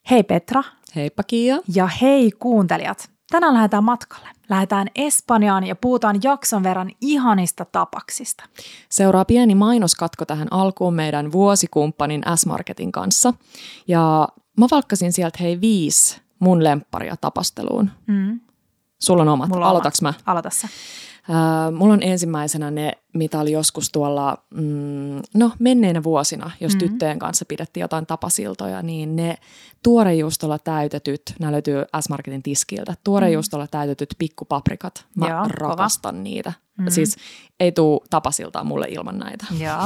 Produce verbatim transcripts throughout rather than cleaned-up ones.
Hei Petra. Heippa Kiia. Ja hei kuuntelijat. Tänään lähdetään matkalle. Lähdetään Espanjaan ja puhutaan jakson verran ihanista tapaksista. Seuraa pieni mainoskatko tähän alkuun meidän vuosikumppanin S-Marketin kanssa. Ja mä valkkasin sieltä hei viisi mun lempparia tapasteluun. Mm. Sulla on omat. Aloitaks mä? Aloita sä. Uh, mulla on ensimmäisenä ne, mitä oli joskus tuolla, mm, no menneinä vuosina, jos mm-hmm. tyttöjen kanssa pidettiin jotain tapasiltoja, niin ne tuorejuustolla täytetyt, nämä löytyy S-Marketin tiskiltä, tuorejuustolla täytetyt pikkupaprikat. Mä Joo, rakastan kova. niitä. Mm-hmm. Siis ei tule tapasiltaa mulle ilman näitä.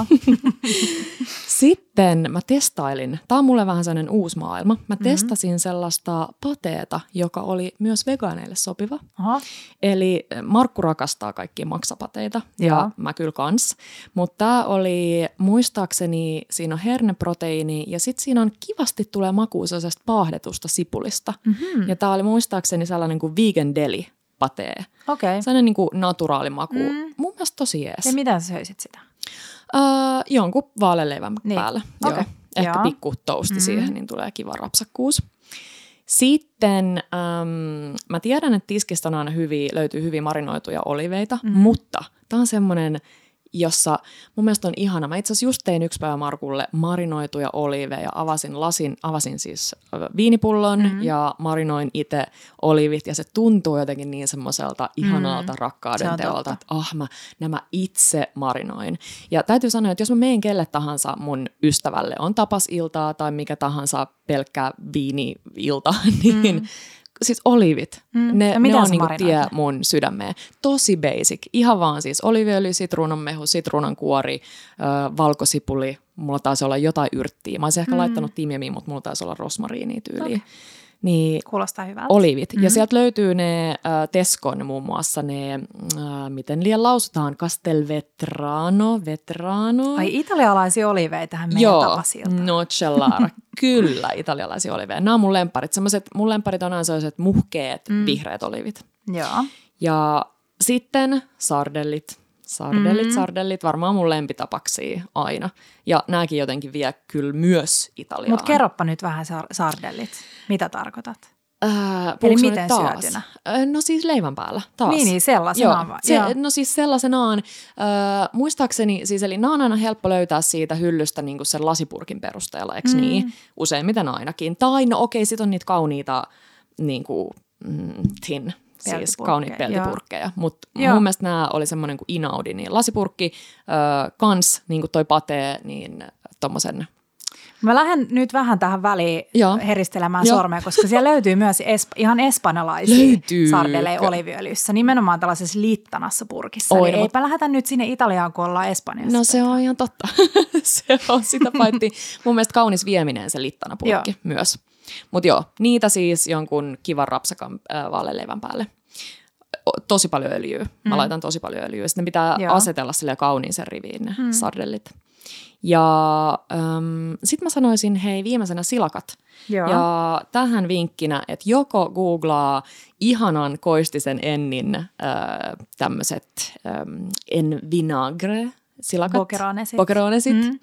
Sitten mä testailin, tää on mulle vähän sellainen uusi maailma, mä mm-hmm. testasin sellaista pateeta, joka oli myös vegaaneille sopiva. Aha. Eli Markku rakastaa kaikkia maksapateita ja, ja mä kyllä kans. Mutta tää oli muistaakseni, siinä on herneproteiini ja sit siinä on kivasti tulee makuu sellaisesta paahdetusta sipulista. Mm-hmm. Ja tää oli muistaakseni sellainen kuin vegan deli. Patee. Okay. Sellainen niin kuin naturaali maku. Mm. Mun mielestä tosi jees. Ja miten sä söisit sitä? Uh, jonkun vaaleleivän niin. päällä. Okay. Joo. Ehkä Joo. pikku tousti mm. siihen, niin tulee kiva rapsakkuus. Sitten um, mä tiedän, että tiskistä on aina hyviä, löytyy hyvin marinoituja oliveita, mm. mutta tää on semmoinen, jossa mun mielestä on ihana. Mä itse asiassa just tein yksi päivä Markulle marinoituja oliiveja. Avasin lasin, avasin siis viinipullon mm-hmm. ja marinoin itse olivit. Ja se tuntuu jotenkin niin semmoiselta ihanalta mm-hmm. rakkauden teolta, että ah mä nämä itse marinoin. Ja täytyy sanoa, että jos mä menen kelle tahansa mun ystävälle, on tapasiltaa tai mikä tahansa pelkkä viini-ilta, niin mm. siis olivit, mm. ne, ne on niinku tie mun sydämeen. Tosi basic. Ihan vaan siis oliviöljy, sitruunanmehu, sitruunankuori, äh, valkosipuli. Mulla taisi olla jotain yrttiä. Mä olisin ehkä mm. laittanut timjamiä, mutta mulla taisi olla rosmariinia tyyliä. Okay. Niin, kuulostaa hyvältä. Olivit. Mm. Ja sieltä löytyy ne äh, Tescon muun muassa ne, äh, miten liian lausutaan, Castelvetrano, Vetrano. Ai italialaisia oliveitähän meidän Joo, tapasilta. Nocellara. Kyllä, italialaisia oliveja. Nämä on mun lemparit. Sellaiset, mun lemparit on aina sellaiset muhkeet, mm. vihreät olivit. Joo. Ja sitten sardellit. Sardellit, mm. sardellit, varmaan mun lempitapaksia aina. Ja nääkin jotenkin vie kyllä myös Italiaan. Mutta kerropa nyt vähän sar- sardellit. Mitä tarkoitat? Äh, Eli miten taas? syötynä? Äh, no siis leivän päällä taas. Niin, niin sellaisenaan vaan. Se, no siis sellaisenaan. Äh, muistaakseni, siis eli nää on aina helppo löytää siitä hyllystä niin kuin sen lasipurkin perusteella, eikö mm. niin? Useimmiten ainakin. Tai no okei, sit on niitä kauniita niin kuin, mm, tin. Siis kauniit peltipurkkeja, mutta mun mielestä nämä oli semmoinen kuin Inaudi, niin lasipurkki, äh, kans, niin kuin toi patee, niin tommosen. Mä lähden nyt vähän tähän väliin Joo. heristelemään Joo. sormea, koska siellä löytyy myös esp- ihan espanjalaisia sardeleja oliviöljyssä, nimenomaan tällaisessa littanassa purkissa. Oi, Eli eipä mut... lähdetä nyt sinne Italiaan, kun ollaan Espanjassa. No se on ihan totta. Se on sitä paitsi mun mielestä kaunis vieminen se littanapurkki Joo. myös. Mutta joo, niitä siis jonkun kivan rapsakan äh, vaaleleivän päälle. Tosi paljon öljyä. Mä mm. laitan tosi paljon öljyä. Sitten pitää joo. asetella sille kauniin sen riviin ne mm. sardellit. Ja ähm, sitten mä sanoisin, hei, viimeisenä silakat. Joo. Ja tähän vinkkinä, että joko googlaa ihanan Koistisen Ennin äh, tämmöiset ähm, en vinagre, silakat. Bokeronesit. Bokeronesit. Mm.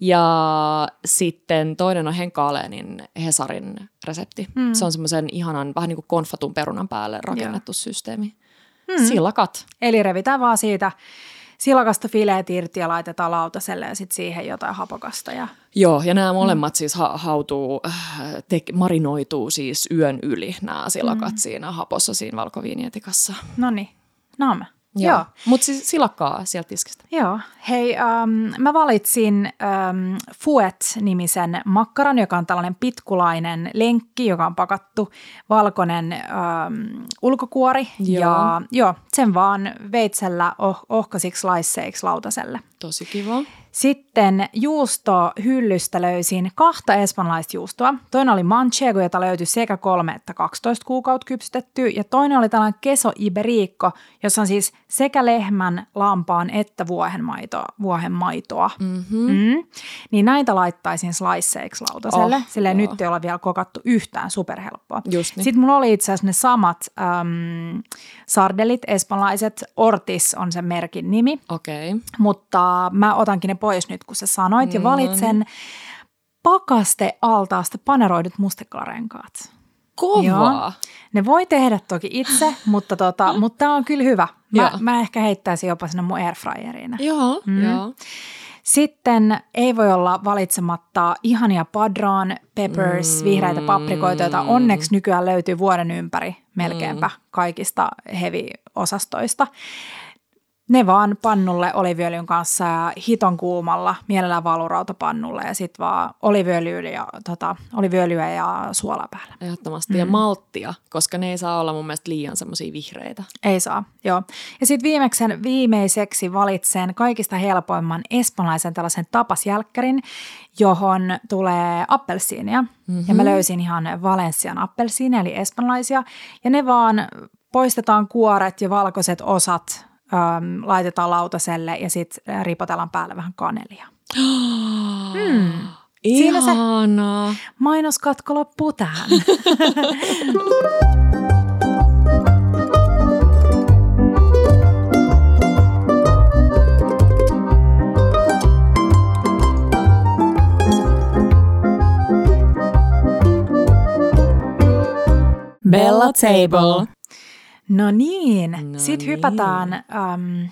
Ja sitten toinen on Henkka Alenin Hesarin resepti. Mm. Se on semmoisen ihanan, vähän niin kuin konfatun perunan päälle rakennettu Joo. systeemi. Mm. Silakat. Eli revitään vaan siitä silakasta fileet irti ja laitetaan lautaselle ja sitten siihen jotain hapokasta. Ja... Joo, ja nämä molemmat mm. siis ha- hautuu, te- marinoituu siis yön yli nämä silakat mm. siinä hapossa siinä valkoviinietikassa. Noniin, naamme. Joo, Joo. mutta siis silakkaa sieltä tiskistä. Joo, hei, ähm, mä valitsin ähm, Fuet-nimisen makkaran, joka on tällainen pitkulainen lenkki, joka on pakattu valkoinen ähm, ulkokuori. Joo. Ja joo, sen vaan veitsellä oh, ohkaisiksi laisseiksi lautaselle. Tosi kiva. Sitten juustohyllystä löysin kahta espanjalaista juustoa. Toinen oli manchego, jota löytyi sekä kolme että kaksitoista kuukautta kypsytetty. Ja toinen oli tällainen queso iberico, jossa on siis sekä lehmän, lampaan että vuohen maitoa. Vuohen maitoa. Mm-hmm. Mm. Niin näitä laittaisin sliceiksi lautaselle. Oh, silleen joo. Nyt ei olla vielä kokattu yhtään, superhelppoa. Just niin. Sitten mulla oli itse asiassa ne samat äm, sardelit, espanjalaiset. Ortis on sen merkin nimi. Okei. Okay. Mutta mä otankin ne pois nyt, kun sä sanoit, ja valitsen pakastealtaasta paneroidut mustekalarenkaat. Kovaa! Joo. Ne voi tehdä toki itse, mutta, tota, mutta tämä on kyllä hyvä. Mä, mä ehkä heittäisin jopa sinne mun airfryeriin. Joo, mm. joo. Sitten ei voi olla valitsematta ihania padron peppers, mm. vihreitä paprikoita, joita onneksi nykyään löytyy vuoden ympäri melkeinpä mm. kaikista heavy-osastoista. Ne vaan pannulle oliiviöljyn kanssa ja hiton kuumalla, mielellään valurautapannulle ja sitten vaan oliiviöljyä ja, tota, oliiviöljyä ja suolaa päällä. Ehdottomasti mm. ja malttia, koska ne ei saa olla mun mielestä liian semmoisia vihreitä. Ei saa, joo. Ja sitten viimeiksen viimeiseksi valitsen kaikista helpoimman espanjalaisen tällaisen tapasjälkkärin, johon tulee appelsiinia. Mm-hmm. Ja mä löysin ihan Valencian appelsiinia, eli espanjalaisia. Ja ne vaan poistetaan kuoret ja valkoiset osat, Ähm, laitetaan lautaselle ja sitten ripotellaan päälle vähän kanelia. Hmm. Siinä se mainoskatko loppuu tähän. Bella Table. No niin, no sitten niin. hypätään, ähm,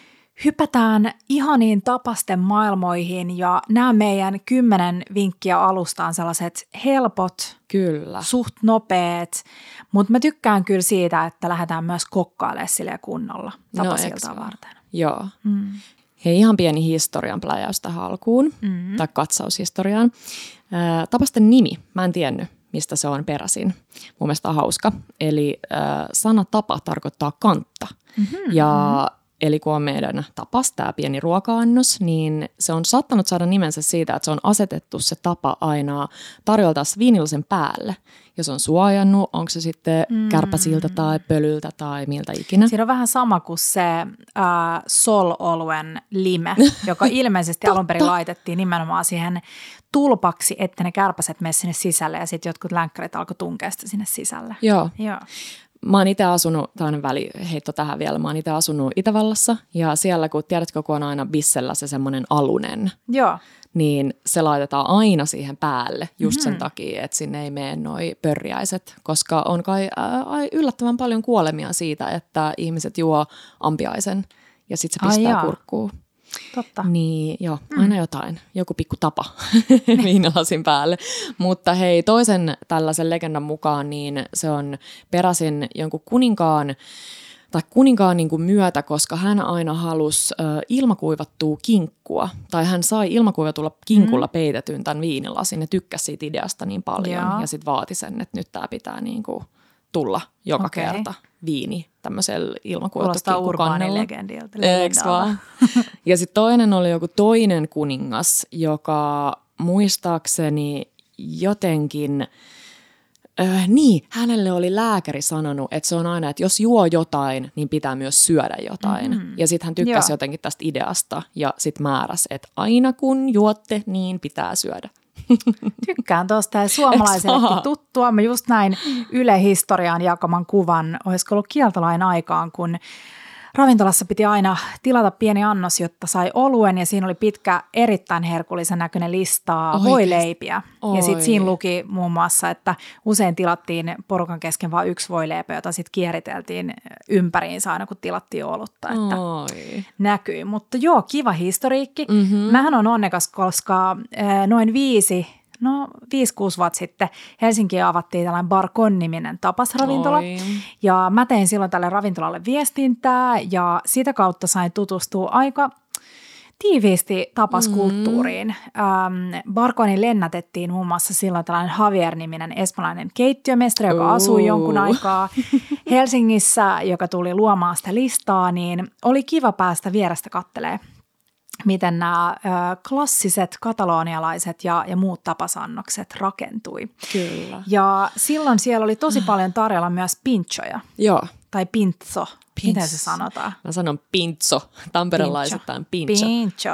hypätään ihaniin tapasten maailmoihin ja nämä meidän kymmenen vinkkiä alusta on sellaiset helpot, kyllä. suht nopeat, mutta mä tykkään kyllä siitä, että lähdetään myös kokkailemaan silleen kunnolla tapasiltaa no, varten. Joo. Mm. Hei, ihan pieni historian pläjäys tähän alkuun, mm. tai katsaushistoriaan. Äh, tapasten nimi, mä en tiennyt. Mistä se on peräisin. Mun mielestä on hauska. Eli äh, sana tapa tarkoittaa kantta. Mm-hmm. Ja eli kun on meidän tapas, tämä pieni ruoka-annos, niin se on saattanut saada nimensä siitä, että se on asetettu se tapa aina tarjoltaessa viinilasin päälle. Ja se on suojannut, onko se sitten mm. kärpäsiltä tai pölyltä tai miltä ikinä. Siinä on vähän sama kuin se äh, Sol-oluen lime, joka ilmeisesti alun perin laitettiin nimenomaan siihen tulpaksi, että ne kärpäset mene sinne sisälle ja sitten jotkut länkkärit alkoi tunkea sitä sinne sisälle. Joo. Joo. Mä oon itse asunut, tämmöinen väliheitto tähän vielä, mä oon itse asunut Itävallassa ja siellä, kun tiedätkö, kun on aina bissellä se semmoinen alunen, joo. niin se laitetaan aina siihen päälle just sen mm-hmm. takia, että sinne ei mene noi pörjäiset, koska on kai ää, yllättävän paljon kuolemia siitä, että ihmiset juo ampiaisen ja sitten se pistää kurkkuun. Totta. Niin joo, aina mm. jotain, joku pikku tapa viinilasin päälle. Mutta hei, toisen tällaisen legendan mukaan niin se on peräisin jonkun kuninkaan tai kuninkaan niin kuin myötä, koska hän aina halusi äh, ilmakuivattua kinkkua. Tai hän sai ilmakuivatulla kinkulla mm. peitetyn tämän viinilasin ja tykkäsi siitä ideasta niin paljon. Joo. Ja sitten vaati sen, että nyt tämä pitää niin kuin tulla joka okay. kerta viini tämmöisellä ilmakuivattu kinkkukannella. Eiks vaan? Ja sitten toinen oli joku toinen kuningas, joka muistaakseni jotenkin, äh, niin, hänelle oli lääkäri sanonut, että se on aina, että jos juo jotain, niin pitää myös syödä jotain. Mm-hmm. Ja sitten hän tykkäsi Joo. jotenkin tästä ideasta ja sitten määräsi, että aina kun juotte, niin pitää syödä. Tykkään tuosta ja suomalaisellekin tuttua. Mä just näin Yle Historiaan jakaman kuvan, olisiko ollut kieltolain aikaan, kun ravintolassa piti aina tilata pieni annos, jotta sai oluen ja siinä oli pitkä, erittäin herkullisen näköinen listaa Oikeasti. voileipiä. Oi. Ja sitten siinä luki muun muassa, että usein tilattiin porukan kesken vain yksi voileipä, jota sitten kieriteltiin ympäriinsä aina kun tilattiin olutta, että Oi. näkyi. Mutta joo, kiva historiikki. Mm-hmm. Mähän on onnekas, koska äh, noin viisi No viisi kuusi vuotta sitten Helsinkiin avattiin tällainen Barkon-niminen tapasravintola Oi. ja mä tein silloin tälle ravintolalle viestintää ja sitä kautta sain tutustua aika tiiviisti tapaskulttuuriin. Mm. Ähm, Barkonin lennätettiin muun muassa silloin tällainen Javier-niminen espanjalainen keittiömestari, joka uh. asui jonkun aikaa Helsingissä, joka tuli luomaan sitä listaa, niin oli kiva päästä vierestä kattelemaan, miten nämä ö, klassiset katalonialaiset ja, ja muut tapasannokset rakentui. Kyllä. Ja silloin siellä oli tosi paljon tarjolla myös pinchoja. Joo. Tai pintso. Pins. Miten se sanotaan? Mä sanon pintso. Tamperelaisittain pincho. Pincho.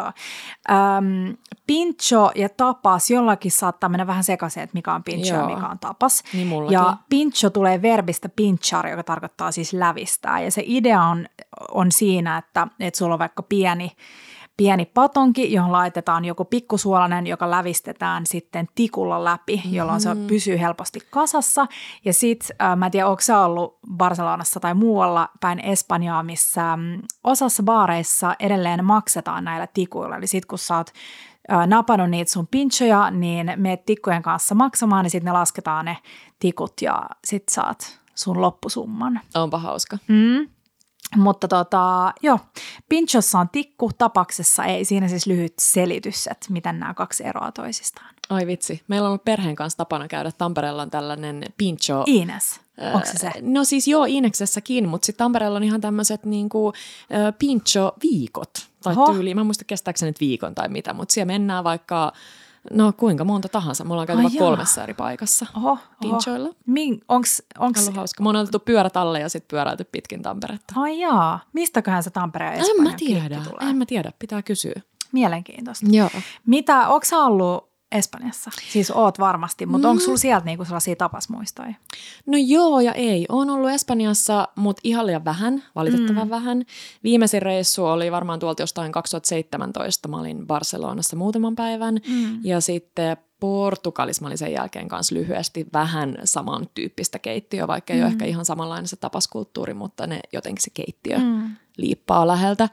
Öm, pincho ja tapas, jollakin saattaa mennä vähän sekaisin, että mikä on pincho Joo. ja mikä on tapas. Niin mullakin. Ja pincho tulee verbistä pinchar, joka tarkoittaa siis lävistää. Ja se idea on, on siinä, että, että sulla on vaikka pieni pieni patonki, johon laitetaan joku pikkusuolainen, joka lävistetään sitten tikulla läpi, jolloin se pysyy helposti kasassa. Ja sitten, äh, mä en tiedä, onko sä ollut Barcelonassa tai muualla päin Espanjaa, missä ähm, osassa baareissa edelleen maksetaan näillä tikuilla. Eli sitten kun sä oot äh, napannut niitä sun pinchoja, niin meet tikkujen kanssa maksamaan, niin sitten ne lasketaan ne tikut ja sitten saat sun loppusumman. Onpa hauska. Mm. Mutta tota, joo, pinchossa on tikku, tapaksessa ei. Siinä siis lyhyt selitys, että miten nämä kaksi eroaa toisistaan. Ai vitsi. Meillä on ollut perheen kanssa tapana käydä Tampereella on tällainen pincho. Ines, onko se se? No siis joo, Ineksessäkin, mutta sitten Tampereella on ihan tämmöiset niinku pincho-viikot. Tai Oho. tyyli, mä en muista kestääkö se nyt viikon tai mitä, mutta siellä mennään vaikka, no kuinka monta tahansa. Me ollaan käyty Ai vaikka jaa. kolmessa eri paikassa. Oho, Pinchoilla. Min, onks, onks... Ollut hauska. Me on otettu pyörät alle ja sitten pyöräilty pitkin Tamperetta. Ai jaa, mistäköhän se Tampereen ja En Espanjan mä tiedä, kinkku tulee? en mä tiedä, pitää kysyä. Mielenkiintoista. Joo. Mitä, onko sä ollut Espanjassa? Siis oot varmasti, mutta mm. onko sulla sieltä niinku sellaisia tapasmuistoja? No joo ja ei. Oon ollut Espanjassa, mutta ihan liian vähän, valitettavan mm. vähän. Viimeisin reissu oli varmaan tuolta jostain kaksituhattaseitsemäntoista. Mä olin Barcelonassa muutaman päivän mm. ja sitten Portugalissa mä olin sen jälkeen kanssa lyhyesti vähän samantyyppistä keittiöä, vaikka ei mm. ole ehkä ihan samanlainen se tapaskulttuuri, mutta ne jotenkin se keittiö mm. liippaa läheltä.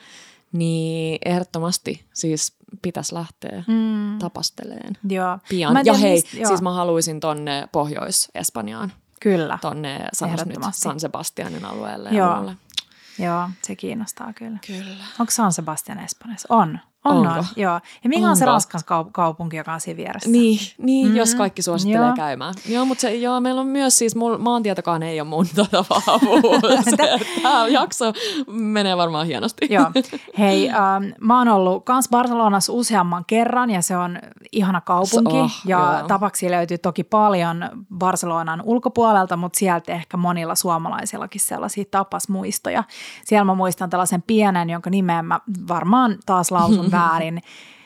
Niin ehdottomasti siis pitäisi lähteä mm. tapasteleen Joo. pian. Mä tiedän, ja hei, mistä, joo. siis mä haluaisin tonne Pohjois-Espanjaan. Kyllä. Tonne sanois nyt San Sebastianin alueelle ja joo. muulle. Joo, se kiinnostaa kyllä. Kyllä. Onko San Sebastian Espanjassa? On. On, Onko? on. Joo. Ja mikä on se Ranskan kaupunki, joka on siinä vieressä? Niin, niin mm-hmm. jos kaikki suosittelee joo. käymään. Joo, mutta se, joo, meillä on myös siis, mul, maantietokaan ei ole mun tuota vahvuus. Tämä jakso menee varmaan hienosti. Joo. Hei, ähm, mä oon ollut kans Barcelonassa useamman kerran ja se on ihana kaupunki. Oh, ja joo. tapaksi löytyy toki paljon Barcelonan ulkopuolelta, mutta sieltä ehkä monilla suomalaisillakin sellaisia tapasmuistoja. Siellä mä muistan tällaisen pienen, jonka nimeä mä varmaan taas lausun väärin.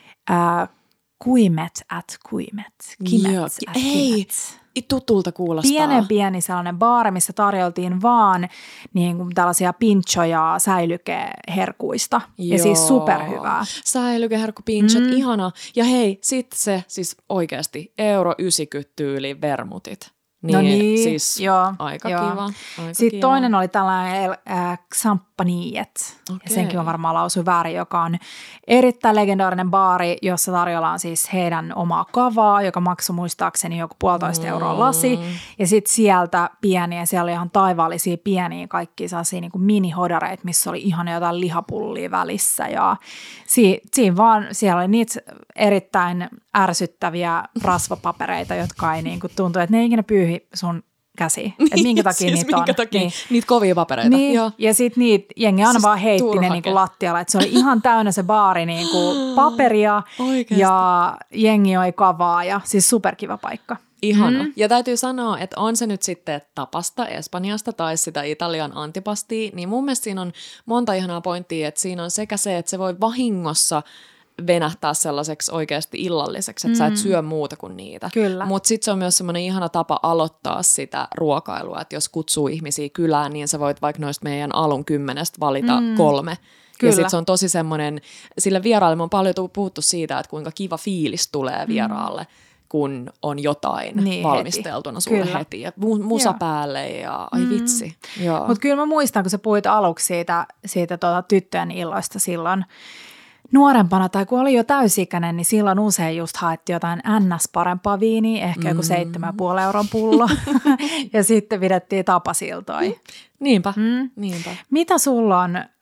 Äh, Kuimet at Kuimet. Kimet Joo. at Ei, Kimet. tutulta kuulostaa. Pienen pieni sellainen baari, missä tarjoltiin vaan niin kuin tällaisia pinchoja säilykeherkuista. Joo. Ja siis superhyvää. Säilykeherkkupinchot, mm. ihana. Ja hei, sitten se siis oikeasti euro yhdeksänkymmentä tyyli vermutit. Niin, no niin, siis joo, aika joo. kiva. Aika Sitten kiva. toinen oli tällainen äh, Xampaniet, okay. ja senkin on varmaan lausu väärin, joka on erittäin legendaarinen baari, jossa tarjolla siis heidän omaa kavaa, joka maksoi muistaakseni joku puolitoista mm. euroa lasi. Ja sitten sieltä pieniä, siellä oli ihan taivaallisia pieniä kaikkia sellaisia niin kuin mini-hodareita, missä oli ihan jotain lihapullia välissä. Ja si- siinä vaan, siellä oli niitä erittäin ärsyttäviä rasvapapereita, jotka ei niin kuin tuntuu, että ne ei ikinä pyyhi sun käsiin. Että minkä takia siis niitä minkä on. Takia? Niin. Niitä kovia papereita. Niin. Joo. Ja sitten niitä jengi aina siis vaan heitti ne niinku lattialla. Että se oli ihan täynnä se baari niinku paperia oikeasti. Ja jengi joi kavaa ja siis superkiva paikka. Ihana. Mm. Ja täytyy sanoa, että on se nyt sitten tapasta Espanjasta tai sitä Italian antipastia, niin mun mielestä siinä on monta ihanaa pointtia, että siinä on sekä se, että se voi vahingossa venähtää sellaiseksi oikeasti illalliseksi, että mm. sä et syö muuta kuin niitä. Mutta sitten se on myös semmoinen ihana tapa aloittaa sitä ruokailua, että jos kutsuu ihmisiä kylään, niin sä voit vaikka noista meidän alun kymmenestä valita mm. kolme. Kyllä. Ja sitten se on tosi semmoinen, sille vieraalle on paljon puhuttu siitä, että kuinka kiva fiilis tulee vieraalle, mm. kun on jotain niin, valmisteltuna sulle kyllä. heti. Ja musa Joo. päälle ja ai mm. vitsi. Mutta kyllä mä muistan, kun sä puhuit aluksi siitä, siitä tuota tyttöjen illoista silloin, nuorempana tai kun oli jo täysikäinen, niin silloin usein just haettiin jotain ns. Parempaa viiniä, ehkä mm. joku seitsemän pilkku viisi euron pullo ja sitten pidettiin tapasiltoja. Niinpä, mm. niinpä. Mitä sulla on äm,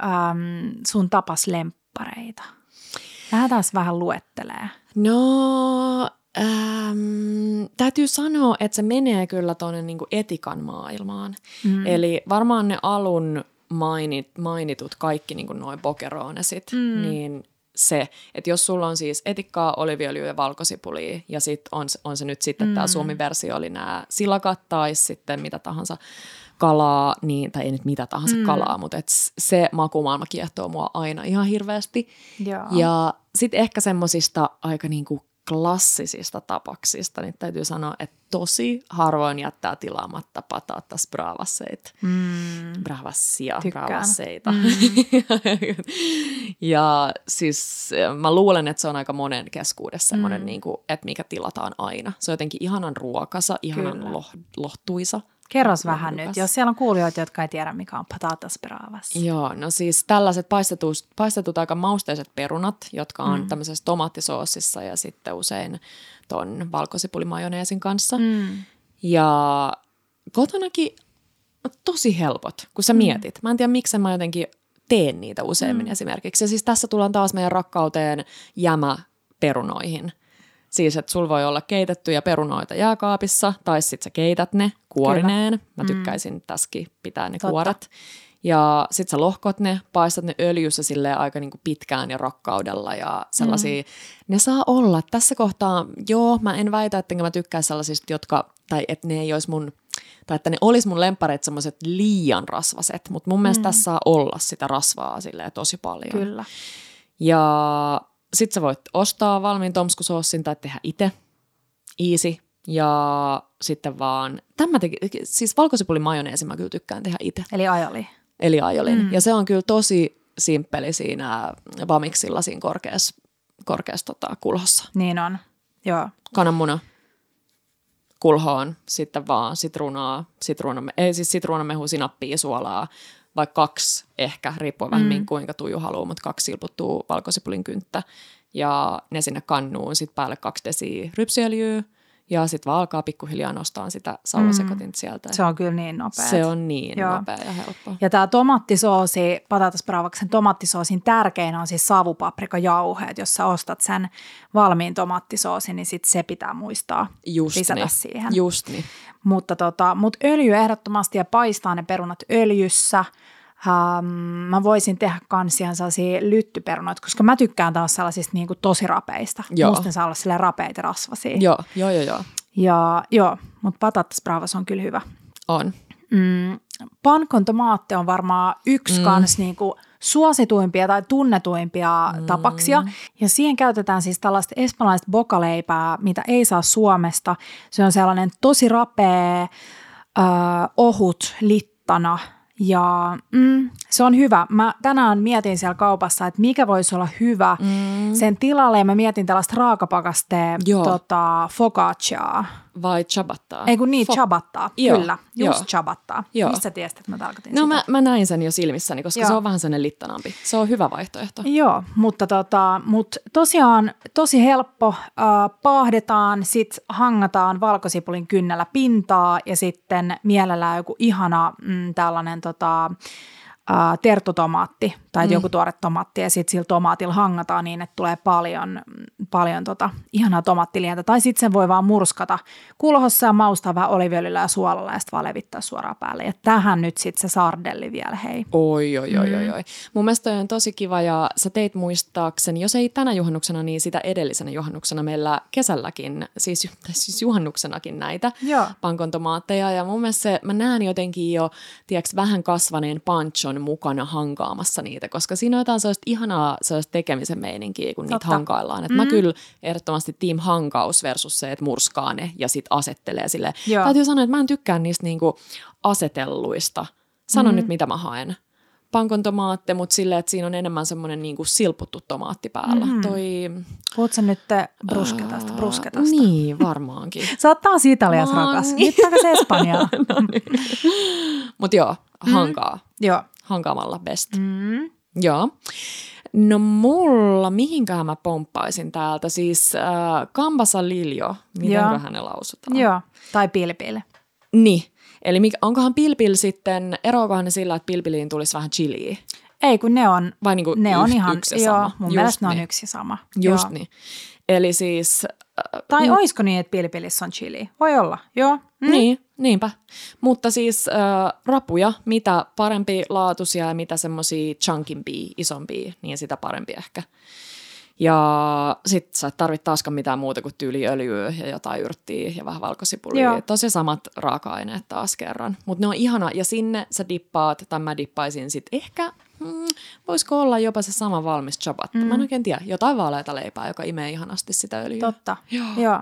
sun tapaslemppareita? Lähdetään vähän luettelee. No, äm, täytyy sanoa, että se menee kyllä tuonne niinku etikan maailmaan. Mm. Eli varmaan ne alun mainit, mainitut kaikki niinku noin bokeronesit, mm. niin se, että jos sulla on siis etikkaa, oliviöljyä ja valkosipulia ja sitten on, on se nyt sitten mm. tämä Suomi-versio oli nämä silakat tai sitten mitä tahansa kalaa, niin, tai ei nyt mitä tahansa mm. kalaa, mutta et se makumaailma kiehtoo mua aina ihan hirveästi. Joo. Ja sitten ehkä semmosista aika niinku klassisista tapaksista, niin täytyy sanoa, että tosi harvoin jättää tilaamatta patatas bravasseita. Mm. Bravassia, Tykkään. bravasseita. Mm. Ja siis mä luulen, että se on aika monen keskuudessa semmoinen, Mm. niin kuin, että mikä tilataan aina. Se on jotenkin ihanan ruokasa, ihanan loh, lohtuisa. Kerros vähän Lohdukas. nyt, jos siellä on kuulijoita, jotka ei tiedä, mikä on patatas bravas. Joo, no siis tällaiset paistetut, paistetut aika mausteiset perunat, jotka on Mm. tämmöisessä tomaattisoosissa ja sitten usein ton valkosipulimajoneesin kanssa. Mm. Ja kotonakin tosi helpot, kun sä Mm. mietit. Mä en tiedä, miksi mä jotenkin teen niitä useimmin Mm. esimerkiksi. Ja siis tässä tullaan taas meidän rakkauteen jämäperunoihin. Siis, että sulla voi olla keitettyjä perunoita jääkaapissa, tai sitten sä keität ne kuorineen. Mä Mm. tykkäisin tässäkin pitää ne Totta. kuoret. Ja sit sä lohkot ne, paistat ne öljyssä silleen aika niinku pitkään ja rakkaudella ja sellaisia. Mm. Ne saa olla. Tässä kohtaa, joo, mä en väitä, että mä tykkäisin sellaisista, jotka, tai että ne ei olisi mun, tai että ne olisi mun lempparit semmoiset liian rasvaset, mutta mun mielestä Mm. tässä saa olla sitä rasvaa silleen tosi paljon. Kyllä. Ja sit sä voit ostaa valmiin tomskusoosin tai tehdä itse. Easy. Ja sitten vaan, tämä teki, siis valkosipulin majoneesi mä kyllä tykkään tehdä itse. Eli ajoli. Eli aiolin. Mm. Ja se on kyllä tosi simppeli siinä vamiksilla siinä korkeassa, korkeassa tota, kulhossa. Niin on, joo. Kananmuna kulhoon, sitten vaan sitruunaa, sitruunamme, ei siis sitruunamehu, sinappia, suolaa, vaikka kaksi ehkä, riippuen vähän Mm. kuinka Tuiju haluaa, mutta kaksi silputtuu valkosipulin kynttä. Ja ne sinne kannuun, sitten päälle kaksi desiä rypsiöljyä, ja sitten vaan alkaa pikkuhiljaa nostaa sitä sauvasekotinta sieltä. Se on kyllä niin nopea. Se on niin Joo. nopea ja helppo. Ja tämä tomattisoosi, patatas bravaksen tomattisoosin tärkein on siis savupaprikajauheet. Jos sä ostat sen valmiin tomattisoosin, niin sit se pitää muistaa Just lisätä niin. siihen. Just niin. Mutta tota, mut öljy ehdottomasti ja paistaa ne perunat öljyssä. Um, mä voisin tehdä kans ihan sellaisia lyttyperunoita, koska mä tykkään taas sellaisista niinku tosi rapeista. Joo. Musta ne saa olla silleen rapeita rasvasia. Joo, joo, joo, joo. Ja joo, mutta patatas bravas on kyllä hyvä. On. Mm, pankon tomaatti on varmaan yksi Mm. kans niinku suosituimpia tai tunnetuimpia Mm. tapaksia. Ja siihen käytetään siis tällaista espanjalaista bokaleipää, mitä ei saa Suomesta. Se on sellainen tosi rapea, äh, ohut, littana. Ja mm, se on hyvä. Mä tänään mietin siellä kaupassa, että mikä voisi olla hyvä Mm. sen tilalle. Ja mä mietin tällaista raakapakasteen Joo. tota, focacciaa. Vai chabattaa? Ei kun niin, Fo- chabattaa. Joo, Kyllä, just joo. chabattaa. Joo. Mistä tiesit, että mä tarkoitin No sitä? mä, mä näin sen jo silmissäni, koska Joo. se on vähän sellainen littanampi. Se on hyvä vaihtoehto. Joo, mutta tota, mut tosiaan tosi helppo. Äh, paahdetaan, sit hangataan valkosipulin kynnellä pintaa ja sitten mielellään joku ihana mm, tällainen tota, äh, terttutomaatti tai Mm. joku tuore tomaatti ja sitten sillä tomaatilla hangataan niin, että tulee paljon, paljon tota, ihanaa tomaattilientä. Tai sitten sen voi vaan murskata kulhossa ja maustaa vähän oliviöljyllä ja suolalla ja sitten vaan levittää suoraan päälle. Ja tähän nyt sitten se sardelli vielä, hei. Oi, oi, oi, Mm. oi, oi. Mun mielestä toi on tosi kiva ja sä teit muistaakseni, jos ei tänä juhannuksena, niin sitä edellisenä juhannuksena meillä kesälläkin, siis, siis juhannuksenakin näitä Joo. pankon tomaatteja. Ja mun mielestä se, mä näen jotenkin jo, tiedätkö, vähän kasvaneen panchon mukana hankaamassa niitä, koska siinä on jotain sellaista ihanaa sellaista tekemisen meininkiä, kun niitä Totta. hankaillaan. Et Mm. Mä kyllä ehdottomasti team hankaus versus se, että murskaa ne ja sit asettelee silleen. Joo. Täytyy sanoa, että mä en tykkää niistä niinku asetelluista. Sano Mm. nyt, mitä mä haen. Pankon tomaatti, mutta silleen, että siinä on enemmän semmoinen niinku silputtu tomaatti päällä. Mhm. Toi... Puhutko sä nyt brusketasta, Ää, brusketasta? Niin, varmaankin. Sä oot taas Italias, No rakas. niin. Nyt takas Espanjaa. Mutta joo, hankaa. Joo. Hankaamalla best. Mm. Joo. No mulla, mihinköhän mä pomppaisin täältä? Siis äh, Gambasa Liljo, mitenköhän ne lausutaan? Joo, tai pilpil. Niin, eli mikä, onkohan pilpil sitten, eroakohan ne sillä, että pilpiliin tulisi vähän chiliä? Ei, kun ne on, Vai niinku ne on yh- ihan, yksi ja joo, sama? mun Just mielestä ne on niin. yksi ja sama. Just Joo. niin. Eli siis... Äh, Tai mm, oisko niin, että pilpilissä on chili? Voi olla, joo. Mm. Niin, niinpä. Mutta siis äh, rapuja, mitä parempi laatuisia ja mitä semmosia chunkimpia, isompia, niin sitä parempi ehkä. Ja sit sä et tarvitse taaskaan mitään muuta kuin tyyliöljyä ja jotain yrttiä ja vähän valkosipulia. Joo. Tosi samat raaka-aineet taas kerran. Mutta ne on ihana. Ja sinne sä dippaat, tai mä dippaisin sit ehkä hmm, voisiko olla jopa se sama valmis ciabatta. Mm. Mä en oikein tiedä. Jotain vaaleita leipää, joka imee ihanasti sitä öljyä. Totta, joo. joo.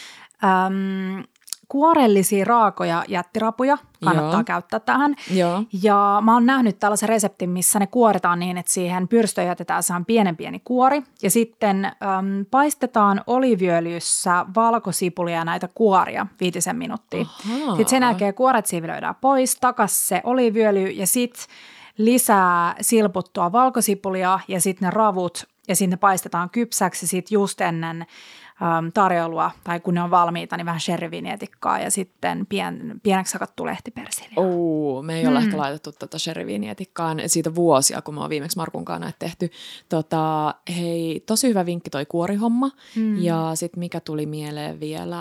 Öm, kuorellisia raakoja jättirapuja kannattaa Joo. käyttää tähän. Joo. Ja mä oon nähnyt tällaisen reseptin, missä ne kuoritaan niin, että siihen pyrstöön jätetään saan pienen pieni kuori. Ja sitten äm, paistetaan oliiviöljyssä valkosipulia ja näitä kuoria viitisen minuuttia. Ahaa. Sitten sen jälkeen kuoret siivilöidään pois, takas se oliiviöljy ja sitten lisää silputtua valkosipulia ja sitten ne ravut. Ja sitten ne paistetaan kypsäksi sitten just ennen tarjoilua, tai kun ne on valmiita, niin vähän sherryvinietikkaa ja sitten pien, pieneksi sakattu lehtipersiliä. Oo, me ei mm. ole ehkä laitettu tätä sherryvinietikkaan siitä vuosia, kun me on viimeksi Markun kanssa näitä tehty. Tota, hei, tosi hyvä vinkki toi kuorihomma. Mm. Ja sitten mikä tuli mieleen vielä,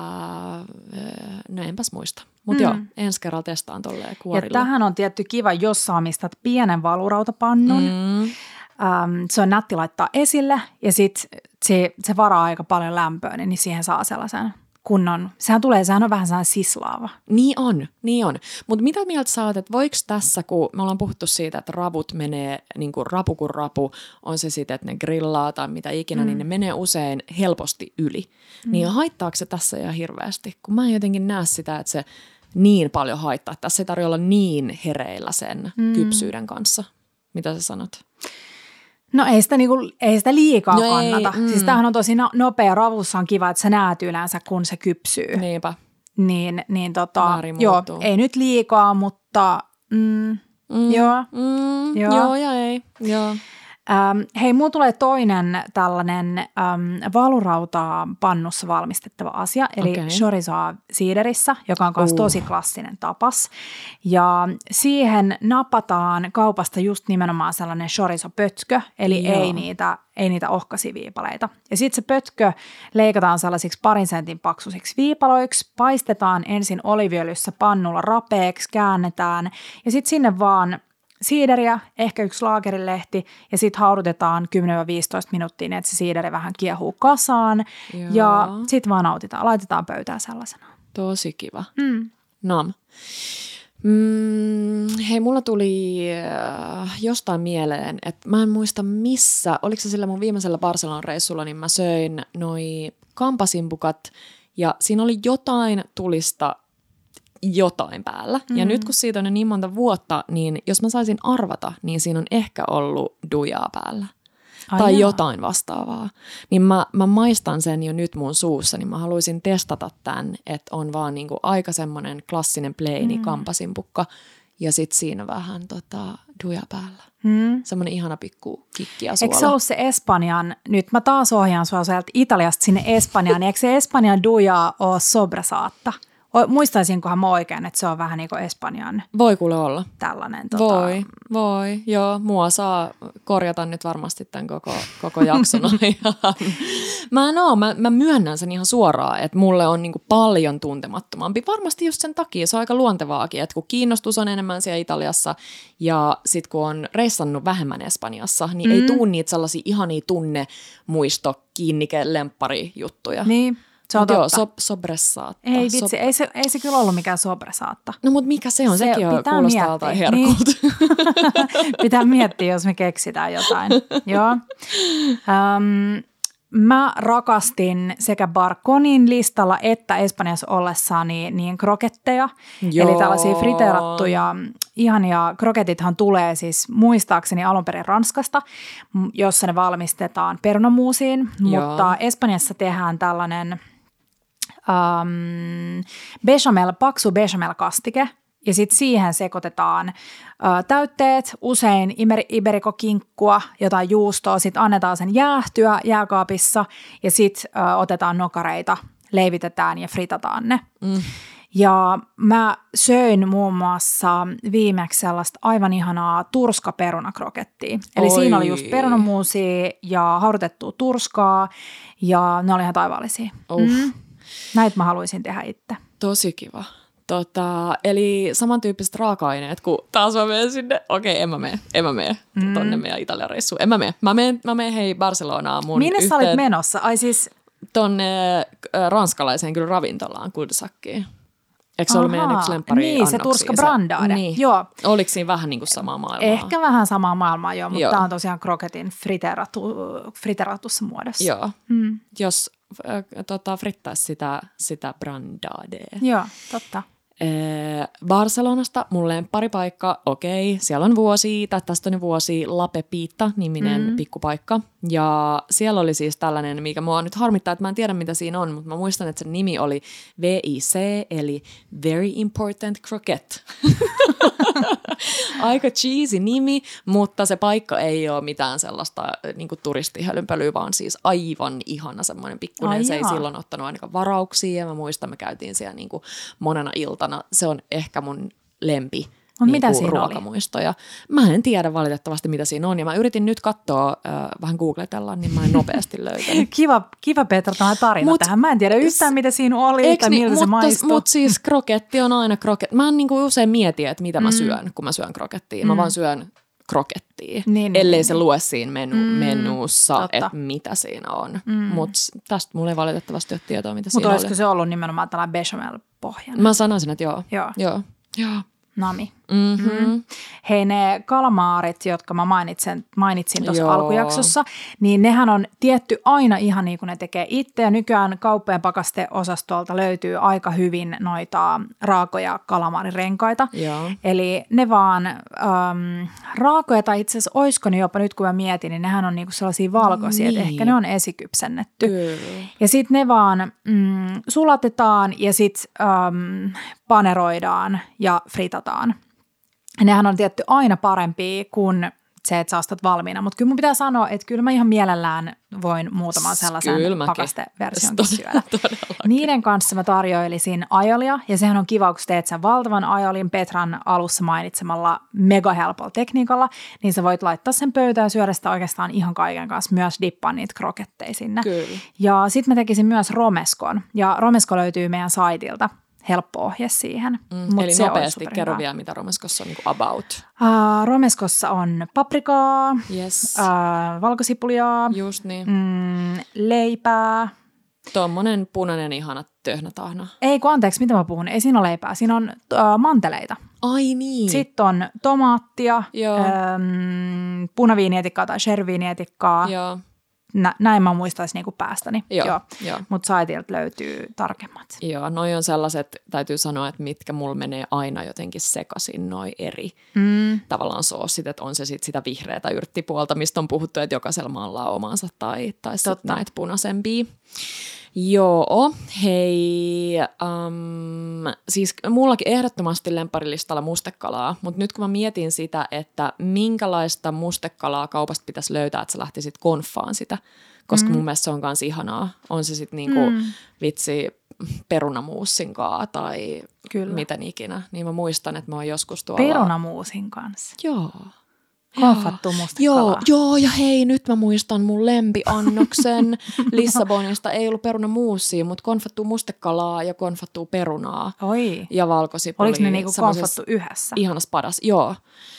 no enpäs muista. Mutta mm. joo, ensi kerralla testaan tolleen kuorilla. Ja tähän on tietty kiva, jos sä omistat pienen valurautapannun. Mm. Um, se on nätti laittaa esille ja sitten se, se varaa aika paljon lämpöä, niin siihen saa sellaisen kunnon. Sehän tulee, sehän on vähän sellainen sislaava. Niin on, niin on. Mutta mitä mieltä sä oot, että voiko tässä, kun me ollaan puhuttu siitä, että ravut menee niin kuin rapu kuin rapu, on se sitten, että ne grillaa tai mitä ikinä, mm. niin ne menee usein helposti yli. Mm. Niin haittaako se tässä ihan hirveästi? Kun mä en jotenkin näe sitä, että se niin paljon haittaa. Tässä ei tarvitse olla niin hereillä sen mm. kypsyyden kanssa. Mitä sä sanot? No ei sitä, niinku, ei sitä liikaa no kannata. Ei, mm. Siis tämähän on tosi no, nopea. Ravussa on kiva, että sä näet yleensä, kun se kypsyy. Niinpä. Niin, niin tota, joo, ei nyt liikaa, mutta mm, mm. Joo, mm. joo. Joo ja ei, joo. Ähm, hei, mulla tulee toinen tällainen ähm, valurautaa pannussa valmistettava asia, eli okay. chorizo siiderissä, joka on myös uh. tosi klassinen tapas. Ja siihen napataan kaupasta just nimenomaan sellainen chorizo-pötkö, eli ei niitä, ei niitä ohkaisia viipaleita. Ja sitten se pötkö leikataan sellaisiksi parin sentin paksuisiksi viipaloiksi, paistetaan ensin oliiviöljyssä pannulla rapeeksi, käännetään ja sitten sinne vaan siideriä, ehkä yksi laakerilehti ja sitten haudutetaan kymmenen viisitoista minuuttia, niin että se siideri vähän kiehuu kasaan. Joo. Ja sitten vaan nautitaan, laitetaan pöytään sellaisena. Tosi kiva. Mm. Nam. Mm, hei, mulla tuli äh, jostain mieleen, että mä en muista missä, oliko se sillä mun viimeisellä Barcelonan reissulla, niin mä söin noi kampasimpukat ja siinä oli jotain tulista jotain päällä. Mm-hmm. Ja nyt kun siitä on niin monta vuotta, niin jos mä saisin arvata, niin siinä on ehkä ollut dujaa päällä. Ai tai jaa. Jotain vastaavaa. Niin mä, mä maistan sen jo nyt mun suussa, niin mä haluaisin testata tämän, että on vaan niinku aika semmoinen klassinen pleini mm. kampasimpukka ja sit siinä vähän tota dujaa päällä. Mm. Semmoinen ihana pikku kikki ja suola. Eikö se ollut se Espanjan, nyt mä taas ohjaan sua sieltä Italiasta sinne Espanjaan, niin eikö se Espanjan dujaa ole sobrasaatta? Muistaisinkohan mä oikein, että se on vähän niin kuin Espanjan. Voi kuule olla. Tällainen. Tota... Voi, voi. Joo, mua saa korjata nyt varmasti tämän koko, koko jakson ajan. Mä en oo, mä, mä myönnän sen ihan suoraan, että mulle on niin kuin paljon tuntemattomampi. Varmasti just sen takia, se on aika luontevaakin, että kun kiinnostus on enemmän siellä Italiassa ja sit kun on reissannut vähemmän Espanjassa, niin mm. ei tuu niitä sellaisia ihania tunnemuisto kiinnike lemppari juttuja. Niin. Se on joo, so, sobressaatta. Ei vitsi, so... ei, se, ei se kyllä ollut mikään sobressaatta. No mutta mikä se on? Se Sekin on, kuulostaa jotain herkulta. Niin. Pitää miettiä, jos me keksitään jotain. Joo. Um, mä rakastin sekä Barconin listalla että Espanjassa ollessani niin kroketteja. Joo. Eli tällaisia friteerattuja ihania kroketithan tulee siis muistaakseni alun perin Ranskasta, jossa ne valmistetaan perunamuusiin. Joo. Mutta Espanjassa tehdään tällainen Um, bechamel, paksu bechamel-kastike ja sitten siihen sekoitetaan uh, täytteet, usein iber- iberikokinkkua, jotain juustoa, sitten annetaan sen jäähtyä jääkaapissa ja sitten uh, otetaan nokareita, leivitetään ja fritataan ne. Mm. Ja mä söin muun muassa viimeksi sellaista aivan ihanaa turskaperunakrokettia. Eli Oi. Siinä oli just perunamuusia ja haudutettua turskaa ja ne oli ihan taivaallisia. Oh. Mm. Näitä mä haluaisin tehdä itse. Tosi kiva. Tota, eli samantyyppiset raaka-aineet, kun taas mä menen sinne. Okei, en mä mene, en mä mene mm. tonne meidän Italian reissuun. En mä mene. Mä menen, mä menen hei Barcelonaan mun Minne yhteen... sä olit menossa? Ai siis... Tonne äh, ranskalaiseen kyllä ravintolaan, Kudsakkiin. Eikö se ollut meidän yksi lemppari Niin, se Turska Brandade. Niin. Joo. Oliko siinä vähän niin kuin samaa maailmaa? Ehkä vähän samaa maailmaa, joo, mutta joo. tämä on tosiaan kroketin friteratu, friteratussa muodossa. Joo, mm. jos äh, tota, frittaisi sitä, sitä Brandadea. Joo, totta. Barcelonasta mun lempparipaikka, okei, siellä on vuosi, tai tästä on vuosi, La Pepita niminen mm. pikkupaikka. Ja siellä oli siis tällainen, mikä mua nyt harmittaa, että mä en tiedä mitä siinä on, mutta mä muistan, että sen nimi oli V I C, eli Very Important Croquette. Aika cheesy nimi, mutta se paikka ei ole mitään sellaista niin kuin turistihölynpölyä, vaan siis aivan ihana semmoinen pikkuinen. Ai se jaa. Ei silloin ottanut ainakaan varauksia, ja mä muistan, me käytiin siellä niin kuin monena iltana. Se on ehkä mun lempi no, niin mitä siinä ruokamuistoja. Oli? Mä en tiedä valitettavasti, mitä siinä on, ja mä yritin nyt katsoa, äh, vähän googletella, niin mä en nopeasti löytänyt. kiva, kiva Petra, tämä tarina Mut, tähän. Mä en tiedä yhtään, mitä siinä oli, tai miltä niin, se maistuu. Mutta siis kroketti on aina kroketti. Mä en niinku usein mieti, että mitä mä mm. syön, kun mä syön krokettia. Mä mm. vaan syön krokettia, niin, ellei niin, se lue siinä menu, mm, menussa, että mitä siinä on. Mm. Mutta tästä mulla ei valitettavasti ole tietoa, mitä Mut siinä oli. Mutta olisiko se ollut nimenomaan tällainen bechamel-pohjainen? Mä sanoisin, että joo. Joo. joo. joo. Nami. Mm-hmm. Mm. Hei, ne kalamaarit, jotka mä mainitsin, mainitsin tuossa alkujaksossa, niin nehän on tietty aina ihan niin kuin ne tekee itse. Ja nykyään kauppojen pakasteosastolta löytyy aika hyvin noita raakoja kalamaarirenkaita. Joo. Eli ne vaan äm, raakoja, tai itse asiassa oisko ne jopa nyt kun mä mietin, niin nehän on niin kuin sellaisia valkoisia, niin. Että ehkä ne on esikypsennetty. Kyllä. Ja sitten ne vaan mm, sulatetaan ja sitten äm, paneroidaan ja fritataan. Nehän on tietty aina parempia kuin se, että sä ostat valmiina. Mutta kyllä mun pitää sanoa, että kyllä mä ihan mielellään voin muutaman sellaisen pakasteversion syödä. Niiden kanssa mä tarjoilisin ajolia, ja sehän on kiva, kun teet sen valtavan ajolin Petran alussa mainitsemalla megahelpolla tekniikalla, niin sä voit laittaa sen pöytään ja syödä sitä oikeastaan ihan kaiken kanssa, myös dippaa niitä kroketteja sinne. Kyllä. Ja sit mä tekisin myös romeskon, ja romesko löytyy meidän saitilta. Helppo ohje siihen. Mm, eli nopeasti kerro vielä, mitä romeskossa on niin kuin about. Uh, romeskossa on paprikaa, yes. uh, valkosipulia, just niin. mm, leipää. Tuommoinen punainen ihana töhnätahna. Ei kun anteeksi, mitä mä puhun? Ei siinä ole leipää, siinä on uh, manteleita. Ai niin. Sitten on tomaattia, um, punaviinietikkaa tai sherviinietikkaa. Joo. Nä, näin mä muistaisin niinku päästäni, joo, joo. joo. Mutta saitilta löytyy tarkemmat. Joo, noi on sellaiset, täytyy sanoa, että mitkä mulla menee aina jotenkin sekaisin, noi eri mm. tavallaan soossit, että on se sitten sitä vihreätä yrttipuolta, mistä on puhuttu, että jokaisella maalla on omansa, tai, tai sitten näitä punaisempia. Joo, hei, um, siis mullakin ehdottomasti lempparilistalla mustekalaa, mutta nyt kun mä mietin sitä, että minkälaista mustekalaa kaupasta pitäisi löytää, että sä lähtisit konfaan sitä, koska mm. mun mielestä se on kans ihanaa. On se sitten niinku mm. vitsi perunamuusinkaa tai Kyllä. miten ikinä, niin mä muistan, että mä oon joskus tuolla... Perunamuusin kanssa? Joo. Konfattu mustekalaa. Joo, joo, ja hei, nyt mä muistan mun lempiannoksen Lissabonista. Ei ollut perunamuusia, mutta konfattua mustekalaa ja konfattua perunaa. Oi. Ja valkosipulia. Oliko ne niinku konfattu yhdessä? Ihanas padas, joo.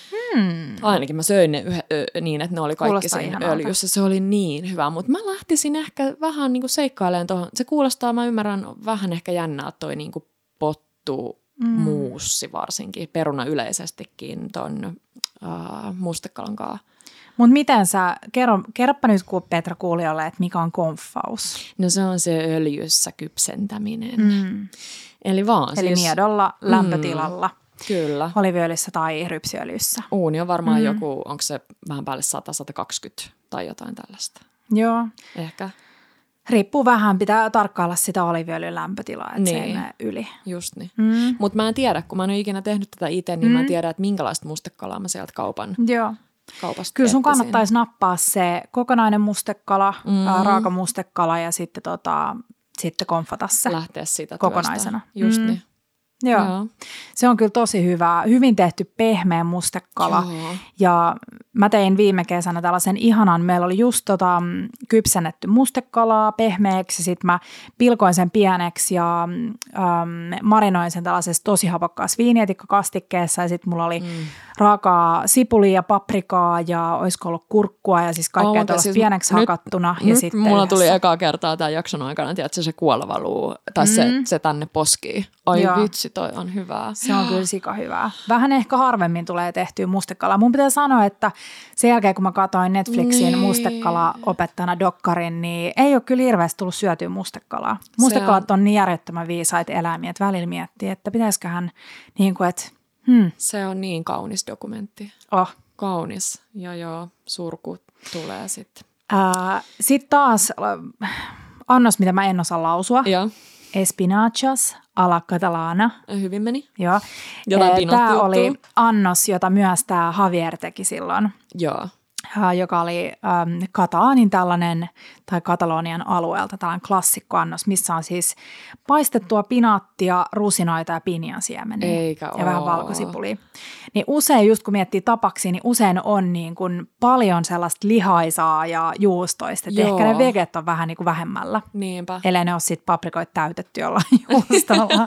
Hmm. Ainakin mä söin ne yh- ö, niin, että ne oli kaikki kuulostaa siinä ihanalta. Öljyssä. Se oli niin hyvä, mutta mä lähtisin ehkä vähän niinku seikkailemaan tuohon. Se kuulostaa, mä ymmärrän, vähän ehkä jännää toi niinku pottu mm. muussi varsinkin. Peruna yleisestikin ton... Uh, mustekalan kaa. Mutta miten sä, kerro, kerropa nyt Petra kuulijoille, että mikä on konfaus? No se on se öljyssä kypsentäminen. Mm. Eli vaan Eli siis... miedolla lämpötilalla. Mm, kyllä. Oliviöljyssä tai rypsiöljyssä. Uuni on varmaan mm. joku, onko se vähän päälle sata kaksikymmentä tai jotain tällaista. Joo. Ehkä. Riippuu vähän, pitää tarkkailla sitä oliviöljyn lämpötilaa, että niin. se ei mene yli. Just niin. Mm. Mutta mä en tiedä, kun mä en ole ikinä tehnyt tätä itse, niin mm. mä en tiedä, että minkälaista mustekalaa mä sieltä kaupan, Joo. kaupasta Kyllä sun etsisin. kannattaisi nappaa se kokonainen mustekala, mm. ää, raaka mustekala ja sitten, tota, sitten konfata se lähteä siitä kokonaisena. Työstä. Just mm. niin. Joo. Joo, se on kyllä tosi hyvää. Hyvin tehty pehmeä mustekala. Joo. Ja mä tein viime kesänä tällaisen ihanan, meillä oli just tota, kypsennetty mustekalaa pehmeäksi, sitten mä pilkoin sen pieneksi ja ähm, marinoin sen tällaisessa tosi hapokkaassa viinietikkakastikkeessa ja sitten mulla oli mm. raakaa sipulia ja paprikaa ja olisiko ollut kurkkua ja siis kaikkea oh, tuollaista siis pieneksi nyt, hakattuna. Nyt ja sitten mulla yhdessä. tuli ekaa kertaa tämän jakson aikana, tiedätkö, se kuola valuu tai mm. se, se tänne poskii. Ai Joo. vitsi, toi on hyvää. Se on kyllä sika hyvää. Vähän ehkä harvemmin tulee tehtyä mustekalaa. Mun pitää sanoa, että sen jälkeen kun mä katsoin Netflixin niin. mustekala-opettajana dokkarin, niin ei ole kyllä hirveästi tullut syötyä mustekalaa. Mustekalat on niin järjettömän viisaita eläimiä, että välillä miettii, että pitäisiköhän niin kuin, että hmm. Se on niin kaunis dokumentti. Oh. Kaunis. Ja joo, surku tulee sitten. Sitten taas annos, mitä mä en osaa lausua. Joo. Espinachas alla catalana. Hyvin meni. Joo. Tämä oli annos, jota myös tämä Javier teki silloin. Joo. Joka oli ähm, Katalaanin tällainen, tai Katalonian alueelta tällainen klassikkoannos, missä on siis paistettua pinaattia, rusinoita ja pinjansiemeniä. Eikä ja oo. vähän valkosipulia. Niin usein, just kun miettii tapaksi, niin usein on niin kuin paljon sellaista lihaisaa ja juustoista. Että ehkä ne veget on vähän niin kuin vähemmällä. Niinpä. Ellei ne ole sitten paprikoita täytetty jollain juustolla.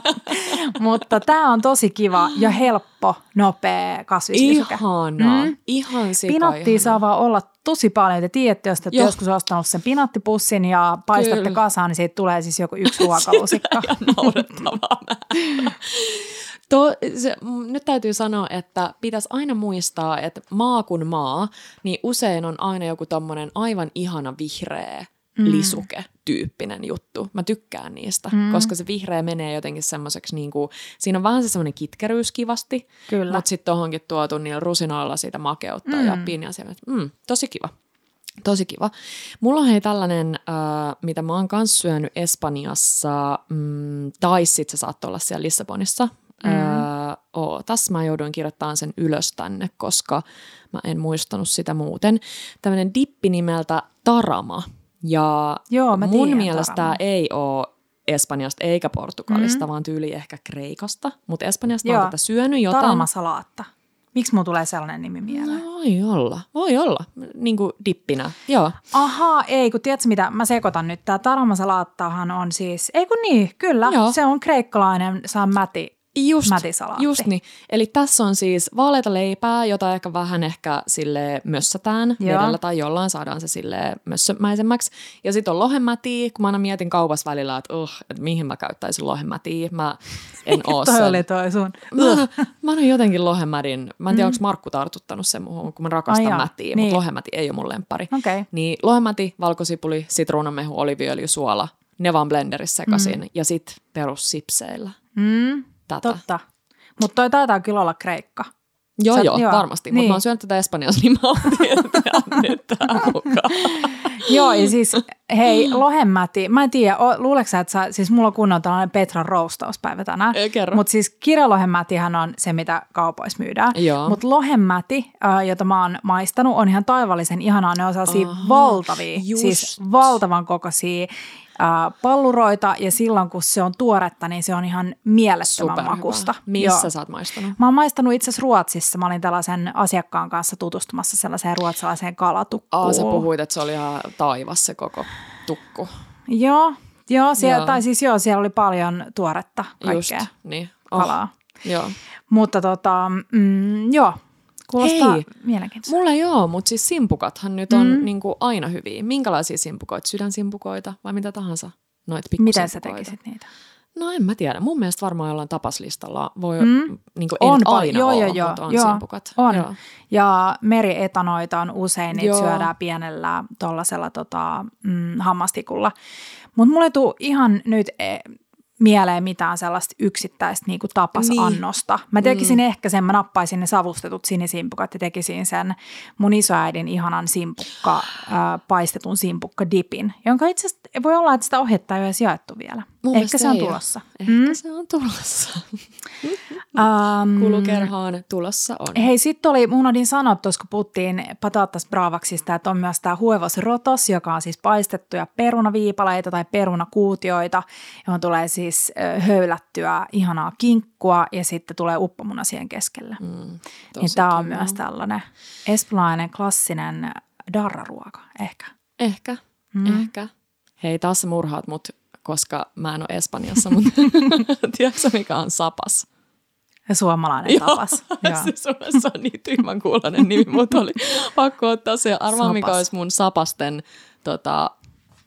Mutta tämä on tosi kiva ja helppo, nopea kasvislisuke. Ihana. Mm. Ihan sika Pinaattia saa vaan olla tosi paljon. Te tiedätte, jos te olette joskus ostanut sen pinaattipussin ja paistatte Kyllä. kasaan, niin siitä tulee siis joku yksi ruokalusikka. Ja naurettavaa määrä. To, se, nyt täytyy sanoa, että pitäisi aina muistaa, että maa kun maa, niin usein on aina joku tommonen aivan ihana vihreä mm. lisuke-tyyppinen juttu. Mä tykkään niistä, mm. koska se vihreä menee jotenkin semmoiseksi, niin kuin, siinä on vähän se semmoinen kitkeryys kivasti, mutta sitten tohonkin tuotu niillä rusinoilla siitä makeutta mm. ja pinjansiemeniä. Mm, tosi kiva. Tosi kiva. Mulla on hei tällainen, äh, mitä mä oon kans syönyt Espanjassa, mm, tai sit se saattoi olla siellä Lissabonissa. Mm. Öö, ootas, mä jouduin kirjoittamaan sen ylös tänne, koska mä en muistanut sitä muuten. Tämmöinen dippi nimeltä tarama. Ja Joo, mä mun tiedän, mielestä tämä ei ole Espanjasta eikä Portugalista, mm. vaan tyyli ehkä Kreikasta. Mutta Espanjasta Joo. on tätä syönyt jotain. Taramasalaattaa. Miksi mulla tulee sellainen nimi mieleen? No, voi olla, voi olla, niin kuin dippinä, joo. Ahaa, ei, kun tiedätkö mitä, mä sekoitan nyt. Tämä taramasalaattahan on siis, ei kun niin, kyllä, joo. se on kreikkalainen, se on mäti. Just, just niin. Eli tässä on siis vaaleita leipää, jota ehkä vähän ehkä sille mössätään Joo. vedellä tai jollain saadaan se sille mössömäisemmäksi. Ja sitten on lohenmätiä, kun mä aina mietin kaupassa välillä, että, uh, että mihin mä käyttäisin lohenmätiä. Mä en oo sen. Toi oli toi sun. Mä, mä oon jotenkin lohenmädin. Mä en tiedä, mm. onko Markku tartuttanut sen muuhun, kun mä rakastan Ai mätiä, niin. mutta lohenmäti ei ole mun lemppari. Okay. Niin lohenmäti, valkosipuli, sitruunanmehu, oliiviöljy, suola. Ne vaan blenderissä sekaisin mm. ja sit perussipseillä. Mm. Tätä. Totta. Mutta toi taitaa kyllä olla Kreikka. Joo, Sä, joo, joo, varmasti. Niin. Mutta mä oon syönyt tätä Espanjassa, niin mä oon nyt tää mukaan. Joo, ja siis hei, lohenmäti. Mä en tiedä, luuleeko sä, että sä, siis mulla on kunnon tällainen Petran roustauspäivä tänään. Mutta siis kirjalohenmätihän on se, mitä kaupoissa myydään. Mutta lohenmäti, jota mä oon maistanut, on ihan taivallisen ihanaa. Ne on sellaisia Aha, valtavia, just. siis valtavan kokoisia. Äh, palluroita ja silloin kun se on tuoretta, niin se on ihan mielettömän Superhyvä. makusta. Missä Joo. sä oot maistanut? Mä oon maistanut itse asiassa Ruotsissa. Mä olin tällaisen asiakkaan kanssa tutustumassa sellaiseen ruotsalaiseen kalatukkuun. Aa, sä puhuit, että se oli ihan taivas se koko tukku. Joo, joo, siellä, joo. tai siis joo, siellä oli paljon tuoretta kaikkea Just, niin. oh. kalaa. Joo. Mutta tota, mm, joo. Kuulostaa Hei, mielenkiintoista. Mulla joo, mutta siis simpukathan nyt on mm. niinku aina hyviä. Minkälaisia simpukoita? Sydänsimpukoita vai mitä tahansa? Noit Miten sä tekisit niitä? No en mä tiedä. Mun mielestä varmaan jollain tapaslistalla voi, mm. niinku on en aina joo, ole, joo, joo, mutta on joo, simpukat. On. Joo. Ja merietanoita on usein, niitä joo. syödään pienellä tollasella tota, mm, hammastikulla. Mutta mulle ei tule ihan nyt e, mieleen mitään sellaista yksittäistä niinku tapasannosta. Mä tekisin mm. ehkä sen, mä nappaisin ne savustetut sinisimpukat ja tekisin sen mun isoäidin ihanan simpukka, äh, paistetun simpukka dipin, jonka itse asiassa voi olla, että sitä ohjetta ei ole edes jaettu vielä. Mun Ehkä se on tulossa. Ehkä mm. se on tulossa. um, Kulukerhaan tulossa on. Hei, sitten oli, mun odin sanoa tuossa, kun puhuttiin patatas bravaksista, että on myös tämä huevos rotos, joka on siis paistettuja perunaviipaleita tai perunakuutioita, johon tulee siis höylättyä ihanaa kinkkua ja sitten tulee uppomuna siihen keskelle. Mm, niin tämä on myös tällainen espanjalainen klassinen darraruoka, ehkä. Ehkä, mm. ehkä. Hei, taas sä murhaat mut, koska mä en ole Espanjassa, mutta tiedätkö mikä on sapas? Suomalainen tapas. Joo, siis se on niin tyhmän kuuloinen nimi, mutta oli pakko ottaa se. Arvaa, mikä olisi mun sapasten tota,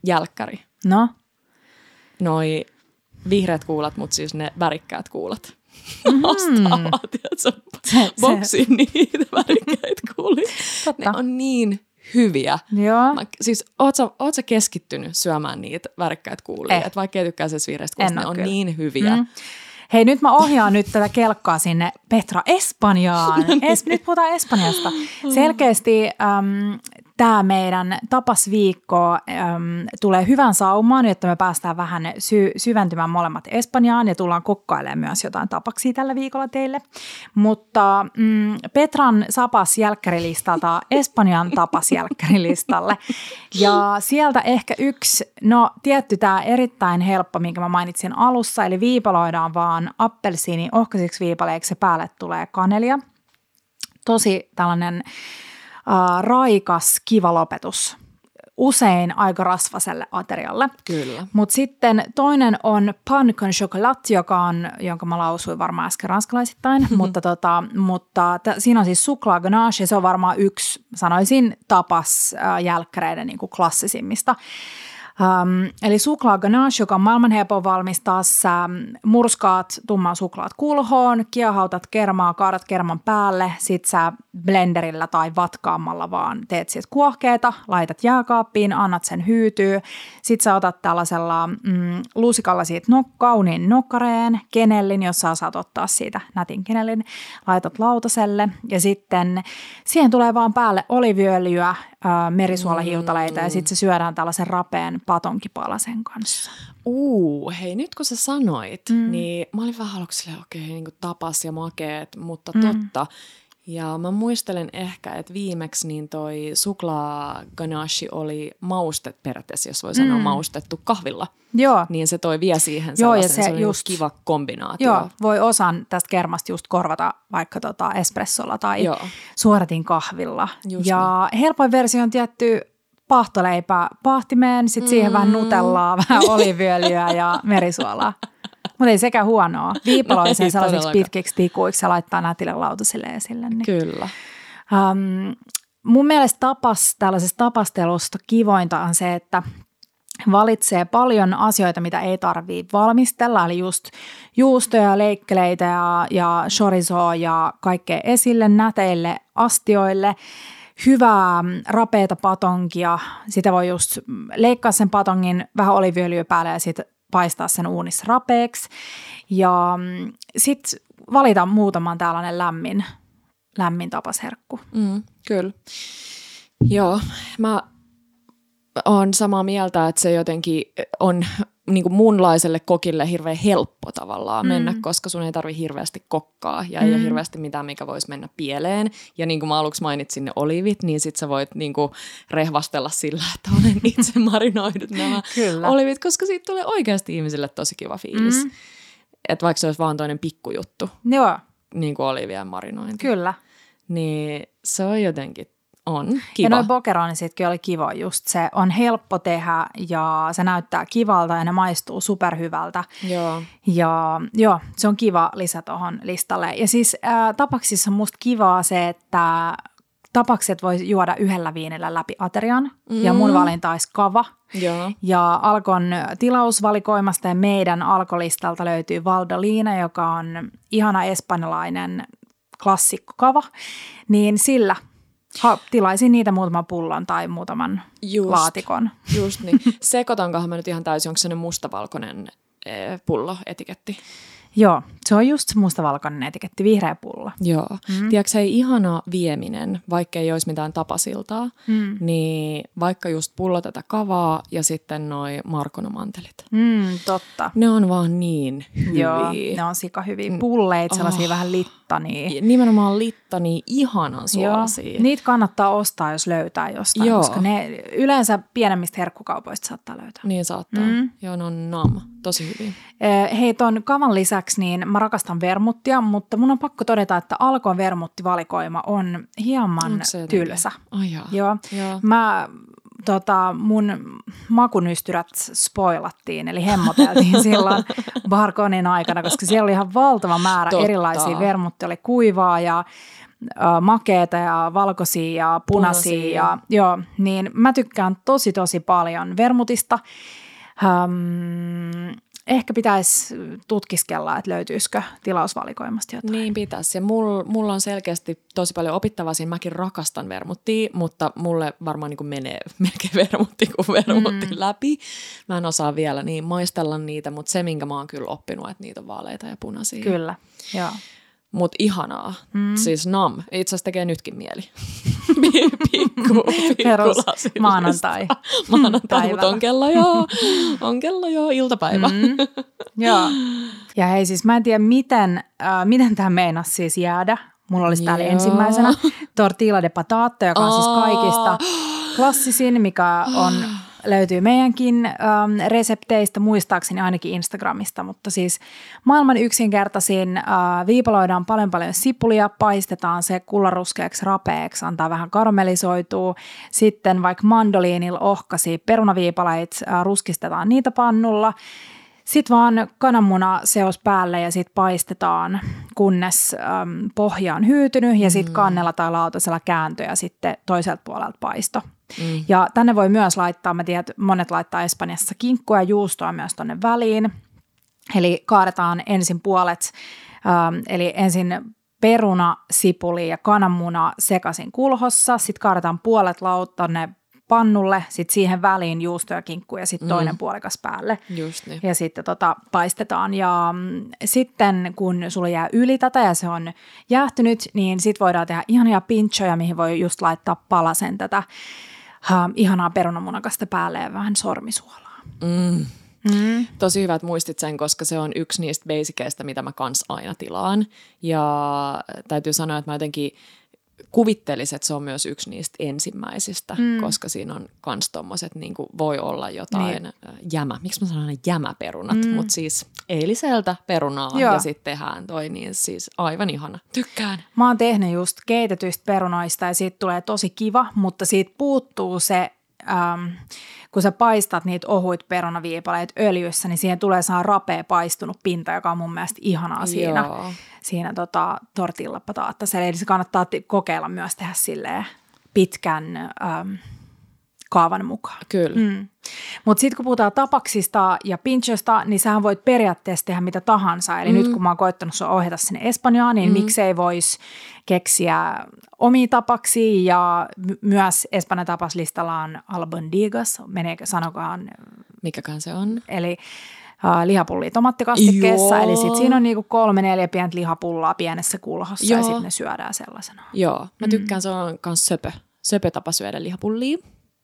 jälkkäri. No? Noi vihreät kuulat, mutta siis ne värikkäät kuulat. ostaa, mm. tiedätkö, boksiin niitä värikkäitä kuulia. Ne on niin hyviä. Joo. Mä, siis oot sä, oot sä keskittynyt syömään niitä värikkäitä kuulia? Eh. Et vaikka ei tykkää se vihreästä kuulista, ne on kyllä niin hyviä. Mm. Hei, nyt mä ohjaan nyt tätä kelkkaa sinne Petra Espanjaan. Es, nyt puhutaan Espanjasta. Selkeästi äm, tämä meidän tapasviikko äm, tulee hyvän saumaan, jotta me päästään vähän sy- syventymään molemmat Espanjaan ja tullaan kokkailemaan myös jotain tapaksia tällä viikolla teille. Mutta mm, Petran sapas jälkkärilistalta Espanjan tapas jälkkärilistalle. Ja sieltä ehkä yksi, no tietty tämä erittäin helppo, minkä mä mainitsin alussa, eli viipaloidaan vaan appelsiini ohkaisiksi viipaleiksi ja päälle tulee kanelia. Tosi tällainen äh, raikas, kiva lopetus. Usein aika rasvaselle aterialle. Kyllä. Mutta sitten toinen on pan con chocolat, joka on, jonka mä lausuin varmaan äsken ranskalaisittain, mm-hmm. mutta, tota, mutta t- siinä on siis suklaa ganache ja se on varmaan yksi, sanoisin, tapas äh, jälkkäreiden niin kuin klassisimmista. Um, eli suklaa ganache, joka on maailman helpoin valmistaa. Sä murskaat tumman suklaat kulhoon, kiehautat kermaa, kaadat kerman päälle, sit sä blenderillä tai vatkaamalla vaan teet siitä kuohkeeta, laitat jääkaappiin, annat sen hyytyä. Sit sä otat tällaisella mm, luusikalla siitä no, kauniin nokkareen, kenellin, jos sä saat ottaa siitä nätin kenellin, laitat lautaselle ja sitten siihen tulee vaan päälle oliviöljyä, äh, merisuolahiutaleita mm. ja sitten se syödään tällaisen rapeen patonkipalasen kanssa. Uu, hei nyt kun sä sanoit, mm. niin mä olin vähän aluksi silleen, okei, okay, niin kuin tapas ja makeet, mutta mm. totta. Ja mä muistelen ehkä, että viimeksi niin toi suklaa ganache oli maustet periaatteessa, jos voi sanoa mm. maustettu kahvilla. Joo. Niin se toi vie siihen Joo, sellaisen, ja se, se oli just, kiva kombinaatio. Joo, voi osan tästä kermasta just korvata vaikka tota espressolla tai Joo. suoratin kahvilla. Just ja niin. Helpoin versio on tietty pahtoleipä pahtimeen, sitten mm. siihen vähän nutellaa, vähän oliviöljyä ja merisuolaa. Mutta ei sekä huonoa. Viipaloi sen sellaisiksi pitkiksi tikuiksi ja laittaa nätille lautasille esille. Niin. Kyllä. Um, mun mielestä tapas, tällaisesta tapastelusta kivointa on se, että valitsee paljon asioita, mitä ei tarvitse valmistella. Eli just juustoja, leikkeleitä ja, ja chorizoa ja kaikkea esille näteille astioille. Hyvää rapeata patonkia. Sitä voi just leikkaa sen patongin, vähän oliviöljyä päälle ja sitten paistaa sen uunissa rapeeksi. Ja sitten valita muutaman tällainen lämmin, lämmin tapasherkku. Mm, kyllä. Joo, mä oon samaa mieltä, että se jotenkin on niin kuin munlaiselle kokille hirveän helppo tavallaan mm. mennä, koska sun ei tarvitse hirveästi kokkaa ja mm. ei ole hirveästi mitään, mikä voisi mennä pieleen. Ja niin kuin mä aluksi mainitsin ne olivit, niin sit sä voit niin kuin rehvastella sillä, että olen itse marinoidut nämä olivit, koska siitä tulee oikeasti ihmisille tosi kiva fiilis. Mm. Että vaikka se olisi vaan toinen pikkujuttu, Joo. niin kuin olivien marinointi. Kyllä. Niin se on jotenkin on kiva. Ja noi bokeronisitkin oli kiva just. Se on helppo tehdä ja se näyttää kivalta ja ne maistuu superhyvältä. Joo. Ja joo, se on kiva lisä tuohon listalle. Ja siis äh, tapaksissa on musta kivaa se, että tapakset voi juoda yhdellä viinillä läpi aterian. Mm. Ja mun valinta olisi kava. Joo. Ja Alkon tilausvalikoimasta ja meidän alkolistalta löytyy Valdoline, joka on ihana espanjalainen klassikko kava. Niin sillä Ha, tilaisin niitä muutaman pullon tai muutaman just, laatikon. Just niin. Sekoitankohan mä nyt ihan täysin, onko se mustavalkoinen eh, pullo, etiketti? Joo, se on just mustavalkoinen etiketti, vihreä pullo. Joo. Mm. Tiedätkö se ihana vieminen, vaikka ei olisi mitään tapasiltaa, mm. niin vaikka just pullo tätä kavaa ja sitten noi markonomantelit. Mm, totta. Ne on vaan niin hyviä. Joo, ne on sika hyviä. Pulleita, sellaisia oh. vähän littania. Nimenomaan littania, ihanan suolaisia. Joo, niitä kannattaa ostaa, jos löytää jostain, Joo. koska ne yleensä pienemmistä herkkukaupoista saattaa löytää. Niin saattaa. Mm. Joo, ne on nam. Tosi hyvin. Hei, ton kavan lisäksi niin mä rakastan vermuttia, mutta mun on pakko todeta, että Alkon vermuttivalikoima on hieman tylsä. Oh, joo. Joo. Joo. Mä, tota, mun makunystyrät spoilattiin, eli hemmoteltiin silloin Barconin aikana, koska siellä oli ihan valtava määrä Totta. erilaisia vermuttia. Oli kuivaa ja äh, makeeta ja valkoisia ja punaisia. punaisia. Ja, joo, niin mä tykkään tosi tosi paljon vermutista. Um, ehkä pitäisi tutkiskella, että löytyisikö tilausvalikoimasta jotain. Niin pitäisi. Ja mulla mul on selkeästi tosi paljon opittavaa siinä. Mäkin rakastan vermuttia, mutta mulle varmaan niin kuin menee melkein vermutti kuin vermutti mm. läpi. Mä en osaa vielä niin maistella niitä, mutta se, minkä mä oon kyllä oppinut, että niitä on vaaleita ja punaisia. Kyllä, joo. Mutta ihanaa. Mm. Siis nam. Itse asiassa tekee nytkin mieli. Pikku, perus maanantai. Maanantai, mutta on kello jo. On kello jo iltapäivä. Mm. Joo. Ja hei siis mä en tiedä, miten, äh, miten tämä meinasi siis jäädä. Mulla olisi täällä Joo. ensimmäisenä tortilla de patata, joka on siis kaikista klassisin, mikä on... Löytyy meidänkin ähm, resepteistä, muistaakseni ainakin Instagramista, mutta siis maailman yksinkertaisin äh, viipaloidaan paljon paljon sipulia, paistetaan se kullaruskeaksi rapeaksi, antaa vähän karamellisoitua. Sitten vaikka mandoliinilla ohkasi perunaviipaleit, äh, ruskistetaan niitä pannulla. Sitten vaan kananmuna seos päälle ja sitten paistetaan, kunnes äm, pohja on hyytynyt ja sitten kannella tai lautasella kääntöä ja sitten toiselta puolelta paisto. Mm. Ja tänne voi myös laittaa, mä tiedän, että monet laittaa Espanjassa kinkkua ja juustoa myös tonne väliin. Eli kaadetaan ensin puolet, äm, eli ensin peruna, sipuli ja kananmuna sekaisin kulhossa. Sitten kaadetaan puolet laut tonne pannulle, sitten siihen väliin juusto ja kinkku ja sitten toinen mm. puolikas päälle. Just niin. Ja sitten tota paistetaan. Ja mm, sitten kun sulla jää yli tätä ja se on jäähtynyt, niin sitten voidaan tehdä ihania pinchoja, mihin voi just laittaa palasen tätä uh, ihanaa perunamunakasta päälle ja vähän sormisuolaa. Mm. Mm. Tosi hyvä, että muistit sen, koska se on yksi niistä basikeista, mitä mä kans aina tilaan. Ja täytyy sanoa, että mä jotenkin kuvittelisin, että se on myös yksi niistä ensimmäisistä, mm. koska siinä on kans tommoset, niin kuin voi olla jotain niin. jämä. Miksi mä sanon aina jämäperunat? Mm. Mutta siis eiliseltä perunaa Joo. ja sitten tehdään toi, niin siis aivan ihana. Tykkään. Mä oon tehnyt just keitetyistä perunoista ja siitä tulee tosi kiva, mutta siitä puuttuu se, ähm, kun sä paistat niitä ohuit perunaviipaleita öljyssä, niin siihen tulee saa rapea paistunut pinta, joka on mun mielestä ihanaa siinä. Joo. siinä tota, tortilla pataatta. Eli se kannattaa t- kokeilla myös tehdä silleen pitkän äm, kaavan mukaan. Kyllä. Mm. Mutta sitten kun puhutaan tapaksista ja pinchoista, niin sähän voit periaatteessa tehdä mitä tahansa. Eli mm. nyt kun mä oon koittanut sua ohjata sinne Espanjaan, niin mm. miksei voisi keksiä omia tapaksia. Ja m- myös Espanjan tapaslistalla on albondigas, meneekö sanokaan? Mikäkään se on? Eli Uh, lihapullia tomattikastikkeessa, Joo. eli sitten siinä on niinku kolme, neljä pientä lihapullaa pienessä kulhossa Joo. ja sitten ne syödään sellaisena. Joo, mä tykkään, mm. se on myös söpö, söpö tapa syödä lihapullia.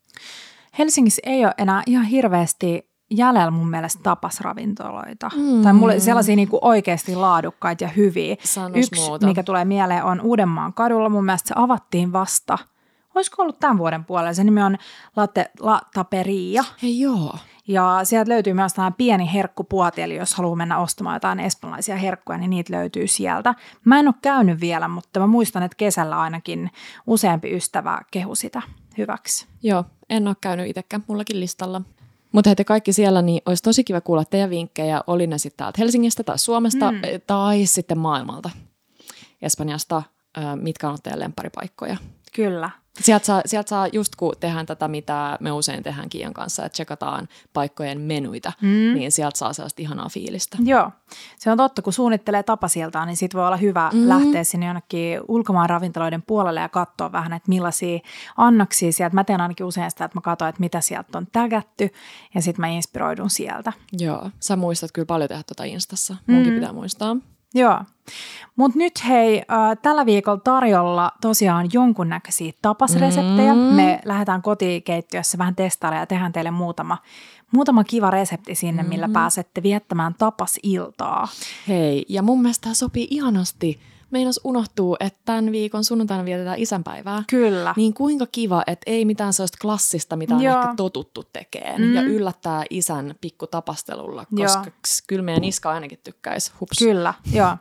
Helsingissä ei ole enää ihan hirveästi jäljellä mun mielestä tapasravintoloita. Mm. Tai mulle sellaisia niinku oikeasti laadukkaita ja hyviä. Sanos Yksi, muuta. mikä tulee mieleen, on Uudenmaan kadulla. Mun mielestä se avattiin vasta. Olisiko ollut tämän vuoden puolella? Se nimi on Latte, La Taperia. Hei joo. Ja sieltä löytyy myös tällainen pieni herkkupuoti, eli jos haluaa mennä ostamaan jotain espanjalaisia herkkuja, niin niitä löytyy sieltä. Mä en ole käynyt vielä, mutta mä muistan, että kesällä ainakin useampi ystävä kehui sitä hyväksi. Joo, en ole käynyt itsekään mullakin listalla. Mutta hei kaikki siellä, niin olisi tosi kiva kuulla teidän vinkkejä, oli ne sitten täältä Helsingistä tai Suomesta mm. tai sitten maailmalta, Espanjasta, mitkä on teidän lempparipaikkoja. Kyllä. Sieltä saa, sieltä saa just kun tehdään tätä, mitä me usein tehdään Kiian kanssa, että tsekataan paikkojen menuita, mm. niin sieltä saa sellaista ihanaa fiilistä. Joo, se on totta, kun suunnittelee tapasiltaan, niin sitten voi olla hyvä mm. lähteä sinne jonnekin ulkomaan ravintoloiden puolelle ja katsoa vähän, että millaisia annoksia sieltä. Mä teen ainakin usein sitä, että mä katson, että mitä sieltä on tägätty ja sitten mä inspiroidun sieltä. Joo, sä muistat kyllä paljon tehdä tuota Instassa, munkin mm. pitää muistaa. Joo, mutta nyt hei, äh, tällä viikolla tarjolla tosiaan jonkunnäköisiä tapasreseptejä. Mm. Me lähdetään kotikeittiössä vähän testailemaan ja tehdään teille muutama, muutama kiva resepti sinne, mm. millä pääsette viettämään tapasiltaa. Hei, ja mun mielestä tämä sopii ihanasti. Meinas unohtuu, että tämän viikon sunnuntaina vietetään isänpäivää. Kyllä. Niin kuinka kiva, että ei mitään sellaista klassista, mitä on Joo. ehkä totuttu tekemään. Mm. Ja yllättää isän pikku tapastelulla, koska Joo. kyllä meidän iska ainakin tykkäisi. Hups. Kyllä, joo.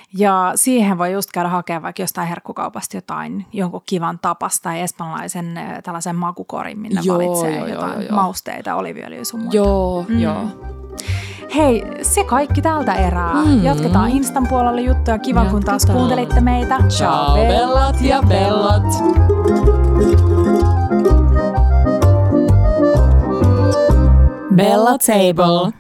Ja siihen voi just käydä hakemaan vaikka jostain herkkukaupasta jotain, jonkun kivan tapasta tai espanjalaisen tällaisen makukorin, minne joo, valitsee joo, jotain joo, joo. mausteita, oliviöljyä sun muuta. Joo, mm. joo. Hei, se kaikki tältä erää. Mm. Jatketaan Instan puolella juttuja. Kiva, Jatketaan. Kun taas kuuntelitte meitä. Ciao bellat ja bellat. Bella Table.